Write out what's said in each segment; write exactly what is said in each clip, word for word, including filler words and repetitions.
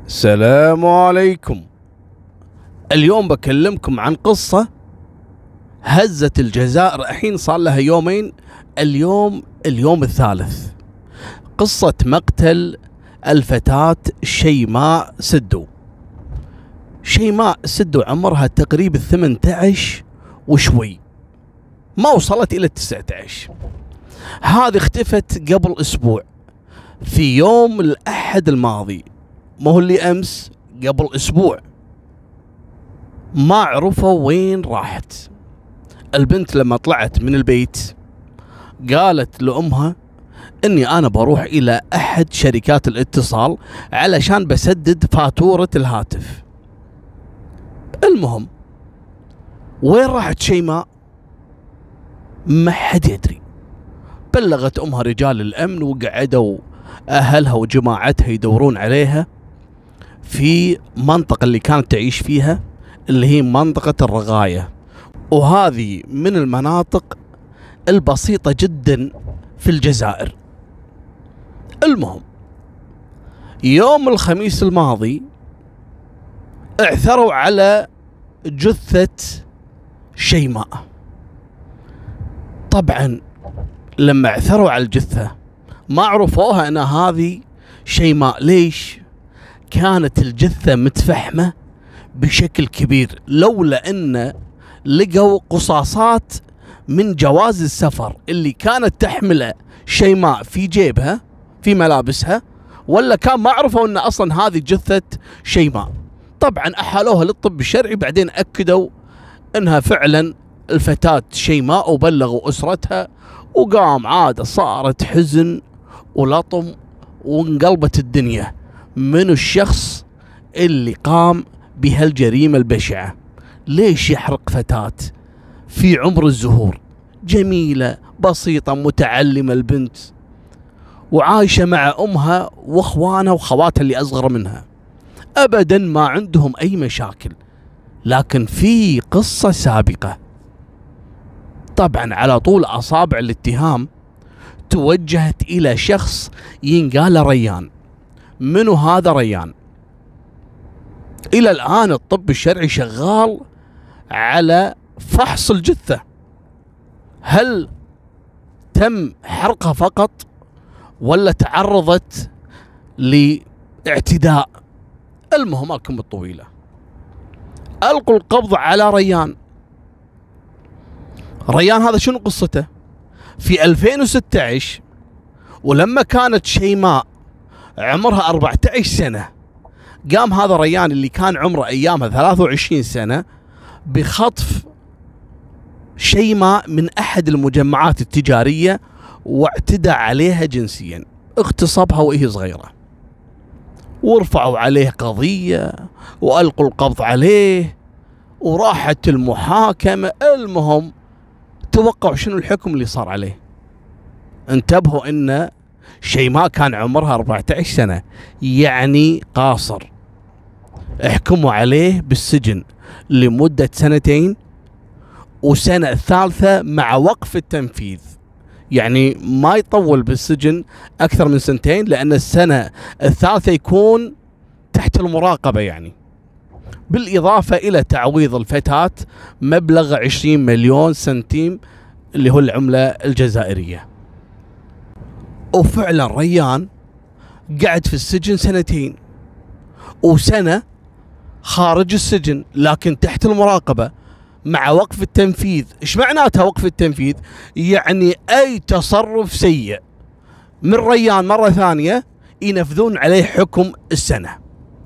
السلام عليكم. اليوم بكلمكم عن قصة هزت الجزائر. الحين صار لها يومين، اليوم اليوم الثالث. قصة مقتل الفتاة شيماء سدو. شيماء سدو عمرها تقريبا ثمانية عشر وشوي، ما وصلت إلى تسعة عشر. هذه اختفت قبل أسبوع في يوم الأحد الماضي، ما هو اللي أمس، قبل أسبوع. ما عرفوا وين راحت. البنت لما طلعت من البيت قالت لأمها إني أنا بروح إلى أحد شركات الاتصال علشان بسدد فاتورة الهاتف. المهم، وين راحت شيماء؟ ما حد يدري. بلغت أمها رجال الأمن، وقعدوا أهلها وجماعتها يدورون عليها في منطقة اللي كانت تعيش فيها، اللي هي منطقة الرغاية، وهذه من المناطق البسيطة جدا في الجزائر. المهم، يوم الخميس الماضي اعثروا على جثة شيماء. طبعا لما اعثروا على الجثة ما عرفوها ان هذه شيماء. ليش؟ كانت الجثة متفحمة بشكل كبير، لولا ان لقوا قصاصات من جواز السفر اللي كانت تحمله شيماء في جيبها في ملابسها، ولا كان ما عرفوا ان اصلا هذه جثة شيماء. طبعا احالوها للطب الشرعي، بعدين اكدوا انها فعلا الفتاة شيماء، وبلغوا اسرتها، وقام عاد صارت حزن ولطم، وانقلبت الدنيا من الشخص اللي قام بهالجريمة البشعة. ليش يحرق فتاة في عمر الزهور، جميلة بسيطة متعلمة البنت، وعايشة مع أمها وأخوانها وخواتها اللي أصغر منها، أبدا ما عندهم أي مشاكل. لكن في قصة سابقة. طبعا على طول أصابع الاتهام توجهت إلى شخص ينقال ريان. منو هذا ريان؟ إلى الآن الطب الشرعي شغال على فحص الجثة، هل تم حرقها فقط ولا تعرضت لاعتداء. المهم لكم الطويلة، ألقوا القبض على ريان. ريان هذا شنو قصته؟ في ألفين وستة عشر، ولما كانت شيماء عمرها أربعة عشر سنة، قام هذا ريان اللي كان عمره أيامها ثلاثة وعشرين سنة بخطف شيماء من أحد المجمعات التجارية، واعتدى عليها جنسيا، اغتصبها وهي صغيرة، ورفعوا عليه قضية وألقوا القبض عليه وراحت المحاكمة. المهم، توقعوا شنو الحكم اللي صار عليه؟ انتبهوا ان شيماء كان عمرها أربعة عشر سنة، يعني قاصر. احكموا عليه بالسجن لمدة سنتين، وسنة ثالثة مع وقف التنفيذ، يعني ما يطول بالسجن أكثر من سنتين، لأن السنة الثالثة يكون تحت المراقبة يعني. بالإضافة إلى تعويض الفتاة مبلغ عشرين مليون سنتيم اللي هو العملة الجزائرية. وفعلا ريان قعد في السجن سنتين، وسنة خارج السجن لكن تحت المراقبة مع وقف التنفيذ. ايش معناتها وقف التنفيذ؟ يعني اي تصرف سيء من ريان مرة ثانية ينفذون عليه حكم السنة.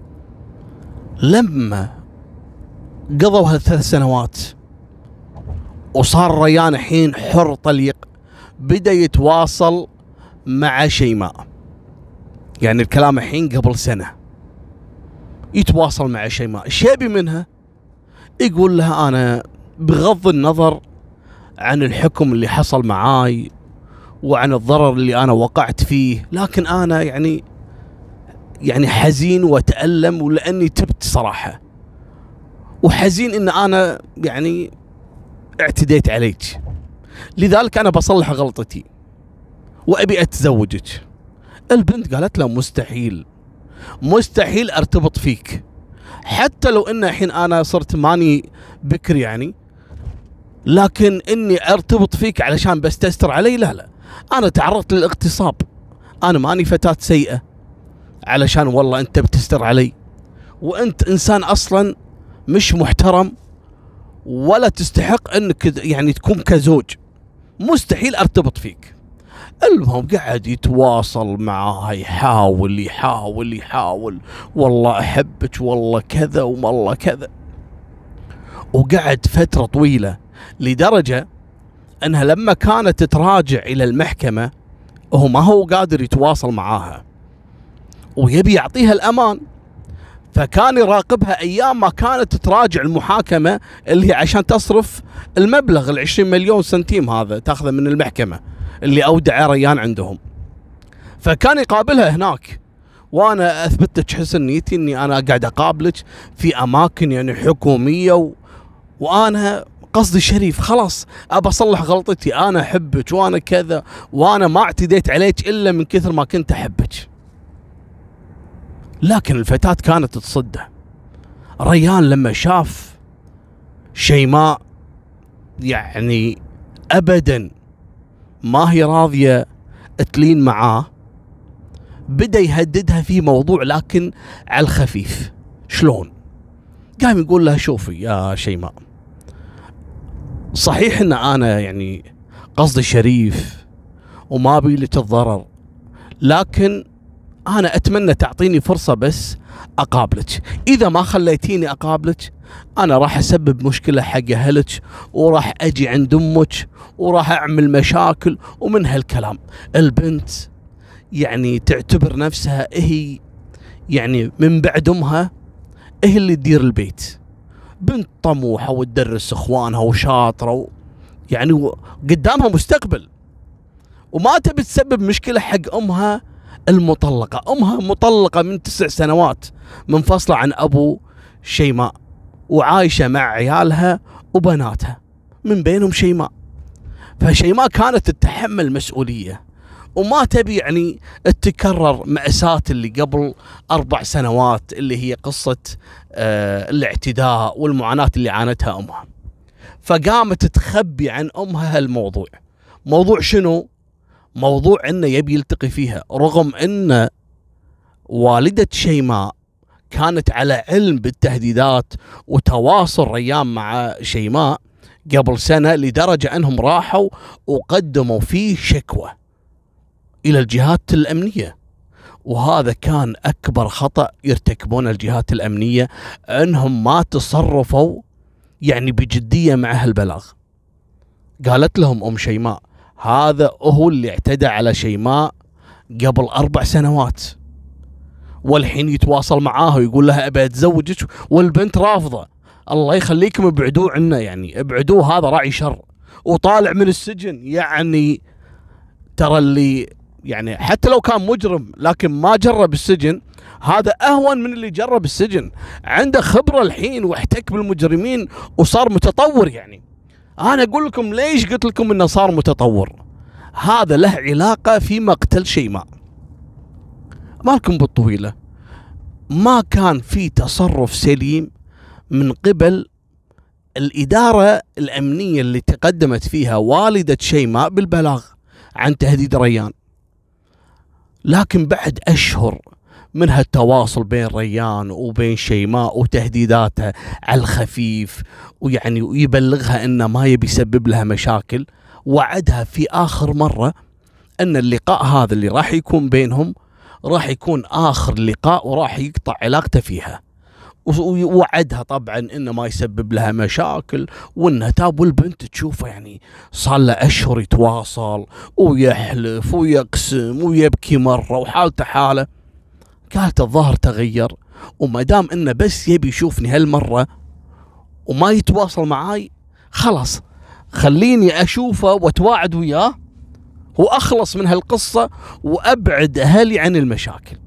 لما قضوا هالثلاث سنوات وصار ريان الحين حر طليق، بدأ يتواصل مع شيماء. يعني الكلام الحين قبل سنة يتواصل مع شيماء. ايش يبي منها؟ يقول لها أنا بغض النظر عن الحكم اللي حصل معاي وعن الضرر اللي أنا وقعت فيه، لكن أنا يعني يعني حزين وأتألم، ولأني تبت صراحة، وحزين إن أنا يعني اعتديت عليك، لذلك أنا بصلح غلطتي وأبي أتزوجك. البنت قالت له مستحيل، مستحيل ارتبط فيك، حتى لو ان الحين انا صرت ماني بكر يعني، لكن اني ارتبط فيك علشان بس تستر علي، لا لا. انا تعرضت للاغتصاب، انا ماني فتاة سيئة علشان والله انت بتستر علي، وانت انسان اصلا مش محترم ولا تستحق انك يعني تكون كزوج، مستحيل ارتبط فيك. المهم قاعد يتواصل معاها، يحاول يحاول يحاول والله احبك والله كذا والله كذا، وقعد فترة طويلة لدرجة انها لما كانت تراجع الى المحكمة هو ما هو قادر يتواصل معاها ويبي يعطيها الامان، فكان يراقبها ايام ما كانت تراجع المحاكمة اللي هي عشان تصرف المبلغ العشرين مليون سنتيم هذا تاخذه من المحكمة اللي اودع ريان عندهم. فكان يقابلها هناك، وانا اثبت لك حسن نيتي اني انا قاعد اقابلك في اماكن يعني حكومية و... وانا قصدي شريف، خلاص ابى اصلح غلطتي، انا احبك وانا كذا، وانا ما اعتديت عليك الا من كثر ما كنت احبك. لكن الفتاة كانت تصده. ريان لما شاف شيماء يعني ابدا ما هي راضية تلين معاه، بدأ يهددها في موضوع لكن على الخفيف. شلون؟ قام يقول لها شوفي يا شيماء، صحيح ان انا يعني قصدي شريف وما بي لك الضرر، لكن انا اتمنى تعطيني فرصة بس اقابلك، اذا ما خليتيني اقابلك انا راح اسبب مشكلة حق اهلك، وراح اجي عند امك وراح اعمل مشاكل ومن هالكلام. البنت يعني تعتبر نفسها هي يعني من بعد امها هي اللي تدير البيت، بنت طموحة وتدرس اخوانها وشاطرة و يعني قدامها مستقبل، وما تبي تسبب مشكلة حق امها المطلقة. امها مطلقة من تسع سنوات، منفصلة عن ابو شيماء، وعايشة مع عيالها وبناتها من بينهم شيماء. فشيماء كانت تتحمل مسؤولية وما تبي يعني تكرر مأساة اللي قبل أربع سنوات اللي هي قصة آه الاعتداء والمعاناة اللي عانتها أمها. فقامت تخبي عن أمها هالموضوع. موضوع شنو؟ موضوع إنه يبي يلتقي فيها، رغم إن والدة شيماء كانت على علم بالتهديدات وتواصل ريان مع شيماء قبل سنة، لدرجة أنهم راحوا وقدموا فيه شكوى إلى الجهات الأمنية. وهذا كان أكبر خطأ يرتكبون الجهات الأمنية، أنهم ما تصرفوا يعني بجدية مع هالبلاغ. قالت لهم أم شيماء هذا هو اللي اعتدى على شيماء قبل أربع سنوات، والحين يتواصل معاها ويقول لها أبي أتزوجك، والبنت رافضة. الله يخليكم ابعدوه عنا، يعني ابعدوه، هذا راعي شر وطالع من السجن. يعني ترى اللي يعني حتى لو كان مجرم لكن ما جرب السجن، هذا أهون من اللي جرب السجن، عنده خبرة الحين واحتك بالمجرمين وصار متطور. يعني أنا أقول لكم ليش قلت لكم إنه صار متطور، هذا له علاقة في مقتل شيماء. مالكم بالطويلة، ما كان في تصرف سليم من قبل الإدارة الأمنية اللي تقدمت فيها والدة شيماء بالبلاغ عن تهديد ريان. لكن بعد أشهر من هالتواصل بين ريان وبين شيماء وتهديداتها على الخفيف، ويعني ويبلغها إنه ما يبي يسبب لها مشاكل، وعدها في آخر مرة أن اللقاء هذا اللي راح يكون بينهم راح يكون آخر لقاء وراح يقطع علاقته فيها. ووعدها طبعا انه ما يسبب لها مشاكل وانها تاب. والبنت تشوفه يعني صار له اشهر يتواصل ويحلف ويقسم ويبكي مره وحالته حاله. قالت الظاهر تغير، وما دام انه بس يبي يشوفني هالمره وما يتواصل معاي، خلاص خليني اشوفه واتواعد وياه واخلص من هالقصه وابعد اهلي عن المشاكل.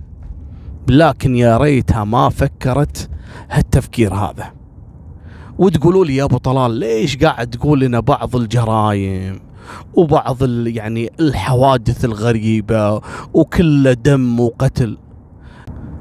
لكن يا ريتها ما فكرت هالتفكير هذا. وتقولوا لي يا ابو طلال ليش قاعد تقول لنا بعض الجرائم وبعض يعني الحوادث الغريبة وكل دم وقتل؟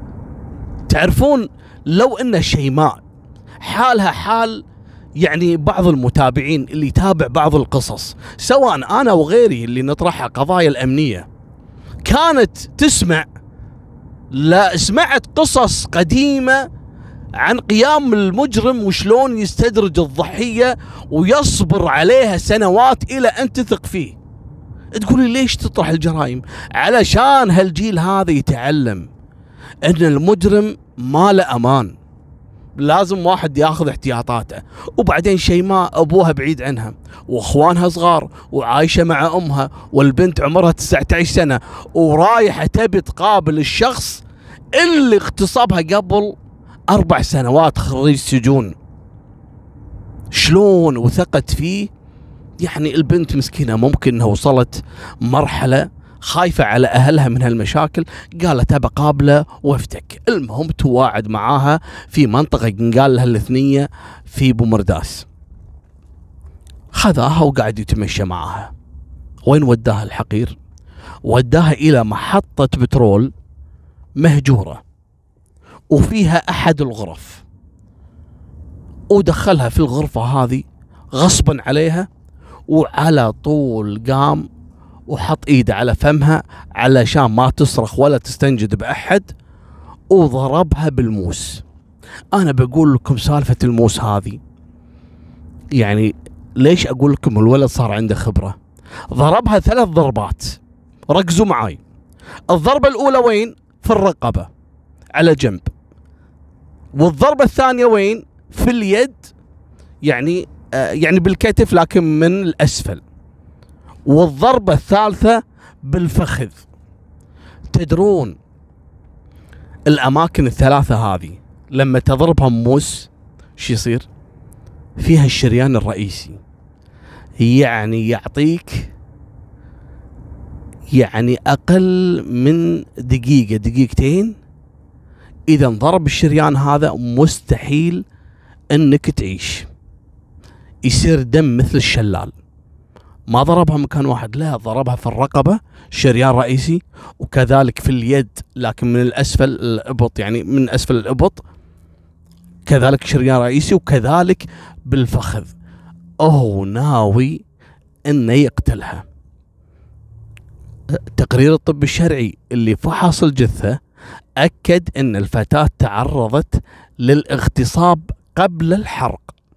تعرفون لو ان شيماء حالها حال يعني بعض المتابعين اللي يتابع بعض القصص، سواء انا وغيري اللي نطرحها قضايا الامنيه، كانت تسمع، لا سمعت قصص قديمه عن قيام المجرم وشلون يستدرج الضحيه ويصبر عليها سنوات الى ان تثق فيه. تقولي ليش تطرح الجرائم؟ علشان هالجيل هذا يتعلم ان المجرم ما له امان، لازم واحد ياخذ احتياطاته. وبعدين شيماء ابوها بعيد عنها واخوانها صغار وعايشه مع امها، والبنت عمرها تسعة عشر سنه ورايحه تبي تقابل الشخص اللي اغتصبها قبل اربع سنوات خريج سجون. شلون وثقت فيه؟ يعني البنت مسكينه ممكن انها وصلت مرحله خايفه على اهلها من هالمشاكل، قالت ابى اقابله وافتك. المهم تواعد معاها في منطقه قال لها الاثنيه في بومرداس. خذاها وقاعد يتمشى معاها. وين وداها الحقير؟ وداها الى محطه بترول مهجوره وفيها احد الغرف، ودخلها في الغرفه هذه غصبا عليها، وعلى طول قام وحط ايده على فمها علشان ما تصرخ ولا تستنجد باحد، وضربها بالموس. انا بقول لكم سالفه الموس هذه، يعني ليش اقول لكم الولد صار عنده خبره. ضربها ثلاث ضربات، ركزوا معاي. الضربه الاولى وين؟ في الرقبه على جنب، والضربه الثانيه وين؟ في اليد، يعني آه يعني بالكتف لكن من الاسفل، والضربة الثالثة بالفخذ. تدرون الأماكن الثلاثة هذه لما تضربها موس شو يصير؟ فيها الشريان الرئيسي، يعني يعطيك يعني أقل من دقيقة دقيقتين إذا انضرب الشريان هذا مستحيل أنك تعيش، يصير دم مثل الشلال. ما ضربها مكان واحد، لا ضربها في الرقبة شريان رئيسي، وكذلك في اليد لكن من الأسفل الإبط، يعني من أسفل الإبط كذلك شريان رئيسي، وكذلك بالفخذ. أوه ناوي أنه يقتلها. تقرير الطب الشرعي اللي فحص الجثة أكد أن الفتاة تعرضت للاغتصاب قبل الحرق.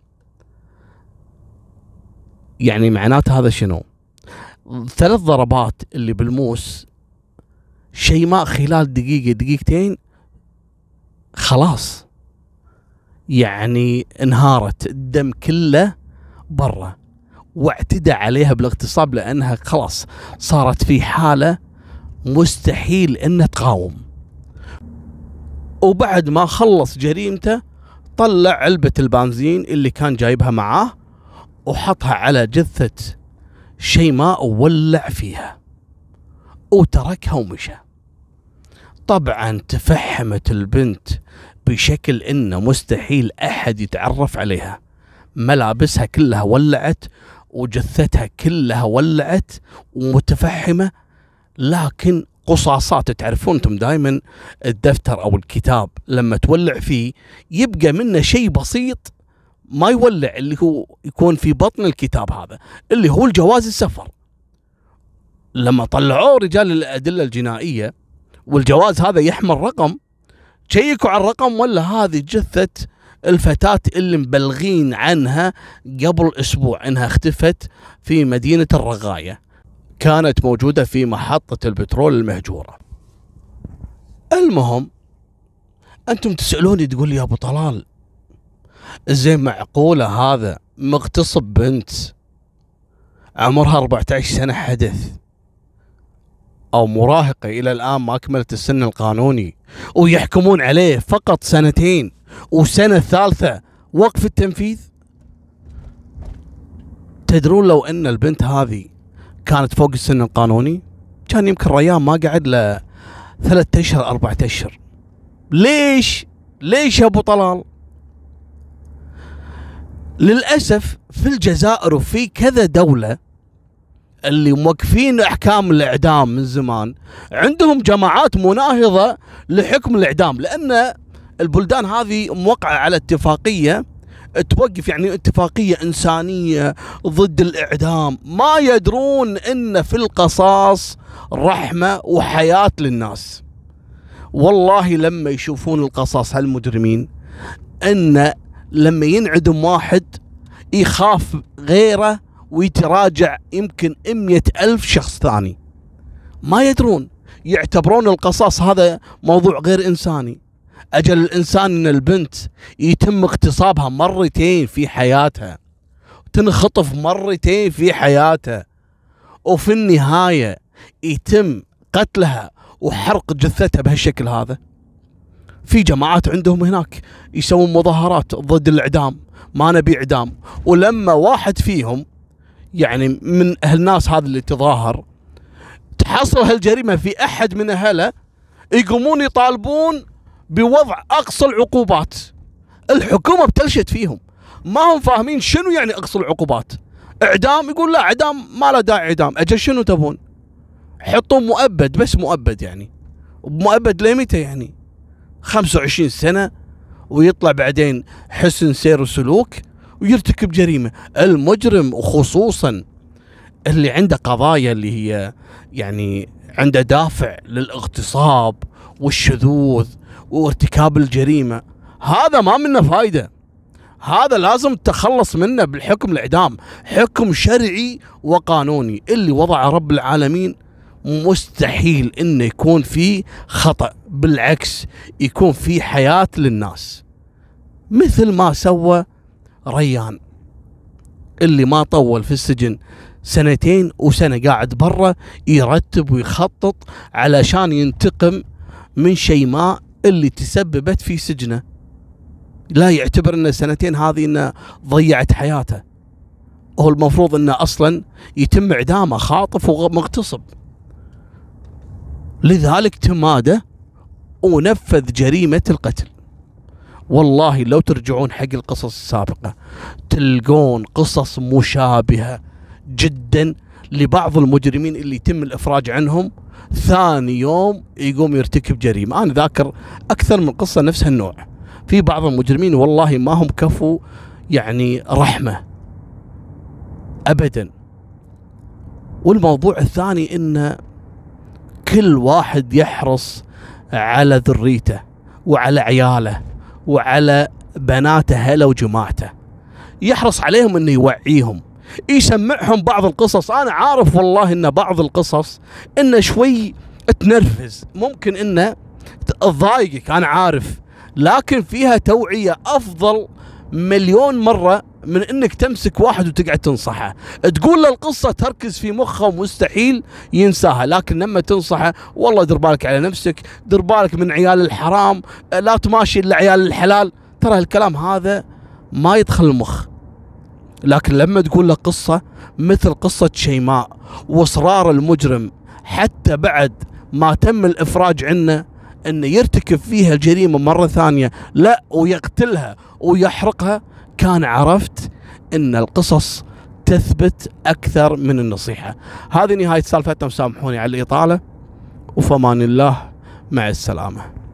يعني معنات هذا شنو؟ ثلاث ضربات اللي بالموس، شيماء خلال دقيقة دقيقتين خلاص يعني انهارت، الدم كله برا، واعتدى عليها بالاغتصاب لأنها خلاص صارت في حالة مستحيل أن تقاوم. وبعد ما خلص جريمته طلع علبة البنزين اللي كان جايبها معاه وحطها على جثة شيماء وولع فيها وتركها ومشى. طبعا تفحمت البنت بشكل انه مستحيل احد يتعرف عليها، ملابسها كلها ولعت وجثتها كلها ولعت ومتفحمة، لكن قصاصات. تعرفون انتم دائما الدفتر او الكتاب لما تولع فيه يبقى منه شيء بسيط ما يولع، اللي هو يكون في بطن الكتاب هذا اللي هو الجواز السفر. لما طلعوه رجال الأدلة الجنائية والجواز هذا يحمل رقم، شيكوا على الرقم ولا هذه جثة الفتاة اللي مبلغين عنها قبل أسبوع إنها اختفت في مدينة الرغاية، كانت موجودة في محطة البترول المهجورة. المهم أنتم تسألوني تقول يا أبو طلال زين معقولة هذا مغتصب بنت عمرها أربعة عشر سنة حدث، أو مراهقة إلى الآن ما أكملت السن القانوني، ويحكمون عليه فقط سنتين وسنة ثالثة وقف التنفيذ؟ تدرون لو أن البنت هذه كانت فوق السن القانوني كان يمكن ريان ما قعد له ثلاثة أشهر أربعة أشهر. ليش؟ ليش يا أبو طلال؟ للأسف في الجزائر وفي كذا دولة اللي موقفين أحكام الإعدام من زمان عندهم جماعات مناهضة لحكم الإعدام، لأن البلدان هذه موقعة على اتفاقية توقف، يعني اتفاقية إنسانية ضد الإعدام، ما يدرون إن في القصاص رحمة وحياة للناس. والله لما يشوفون القصاص هالمجرمين، إن لما ينعدم واحد يخاف غيره ويتراجع يمكن مئة ألف شخص ثاني. ما يدرون، يعتبرون القصاص هذا موضوع غير إنساني. أجل الإنسان إن البنت يتم اغتصابها مرتين في حياتها، تنخطف مرتين في حياتها، وفي النهاية يتم قتلها وحرق جثتها بهالشكل هذا. في جماعات عندهم هناك يسوون مظاهرات ضد الإعدام، ما نبي إعدام. ولما واحد فيهم يعني من الناس هذا اللي تظاهر تحصل هالجريمة في أحد من أهله، يقومون يطالبون بوضع أقصى العقوبات. الحكومة بتلشت فيهم، ما هم فاهمين شنو يعني أقصى العقوبات. إعدام، يقول لا إعدام ما له داعي إعدام. أجل شنو تبون؟ حطوا مؤبد، بس مؤبد يعني. مؤبد لمتى يعني؟ خمسة وعشرين سنة، ويطلع بعدين حسن سير وسلوك ويرتكب جريمة. المجرم وخصوصا اللي عنده قضايا اللي هي يعني عنده دافع للاغتصاب والشذوذ وارتكاب الجريمة، هذا ما منه فايدة. هذا لازم تخلص منه بالحكم الإعدام، حكم شرعي وقانوني اللي وضع رب العالمين. مستحيل إنه يكون في خطأ، بالعكس يكون في حياة للناس، مثل ما سوى ريان اللي ما طول في السجن سنتين وسنة، قاعد برا يرتب ويخطط علشان ينتقم من شيماء اللي تسببت في سجنه. لا يعتبر ان سنتين هذه انه ضيعت حياته، هو المفروض انه اصلا يتم اعدامه خاطف ومغتصب. لذلك تمادى ونفذ جريمة القتل. والله لو ترجعون حق القصص السابقة تلقون قصص مشابهة جدا لبعض المجرمين اللي يتم الافراج عنهم، ثاني يوم يقوم يرتكب جريمة. انا ذاكر اكثر من قصة نفس هالنوع في بعض المجرمين، والله ما هم كفوا يعني رحمة ابدا. والموضوع الثاني ان كل واحد يحرص على ذريته وعلى عياله وعلى بناته هلا وجماعته، يحرص عليهم انه يوعيهم، يسمعهم بعض القصص. انا عارف والله ان بعض القصص انه شوي تنرفز، ممكن انه تضايقك، انا عارف، لكن فيها توعية افضل مليون مرة من انك تمسك واحد وتقعد تنصحه. تقول له القصة تركز في مخه ومستحيل ينساها، لكن لما تنصحه والله دير بالك على نفسك، دير بالك من عيال الحرام، لا تماشي الا عيال الحلال، ترى الكلام هذا ما يدخل المخ. لكن لما تقول له قصة مثل قصة شيماء واصرار المجرم حتى بعد ما تم الافراج عنه انه يرتكب فيها الجريمة مرة ثانية، لا ويقتلها ويحرقها، كان عرفت ان القصص تثبت اكثر من النصيحة. هذه نهاية سالفتنا، وسامحوني على الاطالة، وفمان الله، مع السلامة.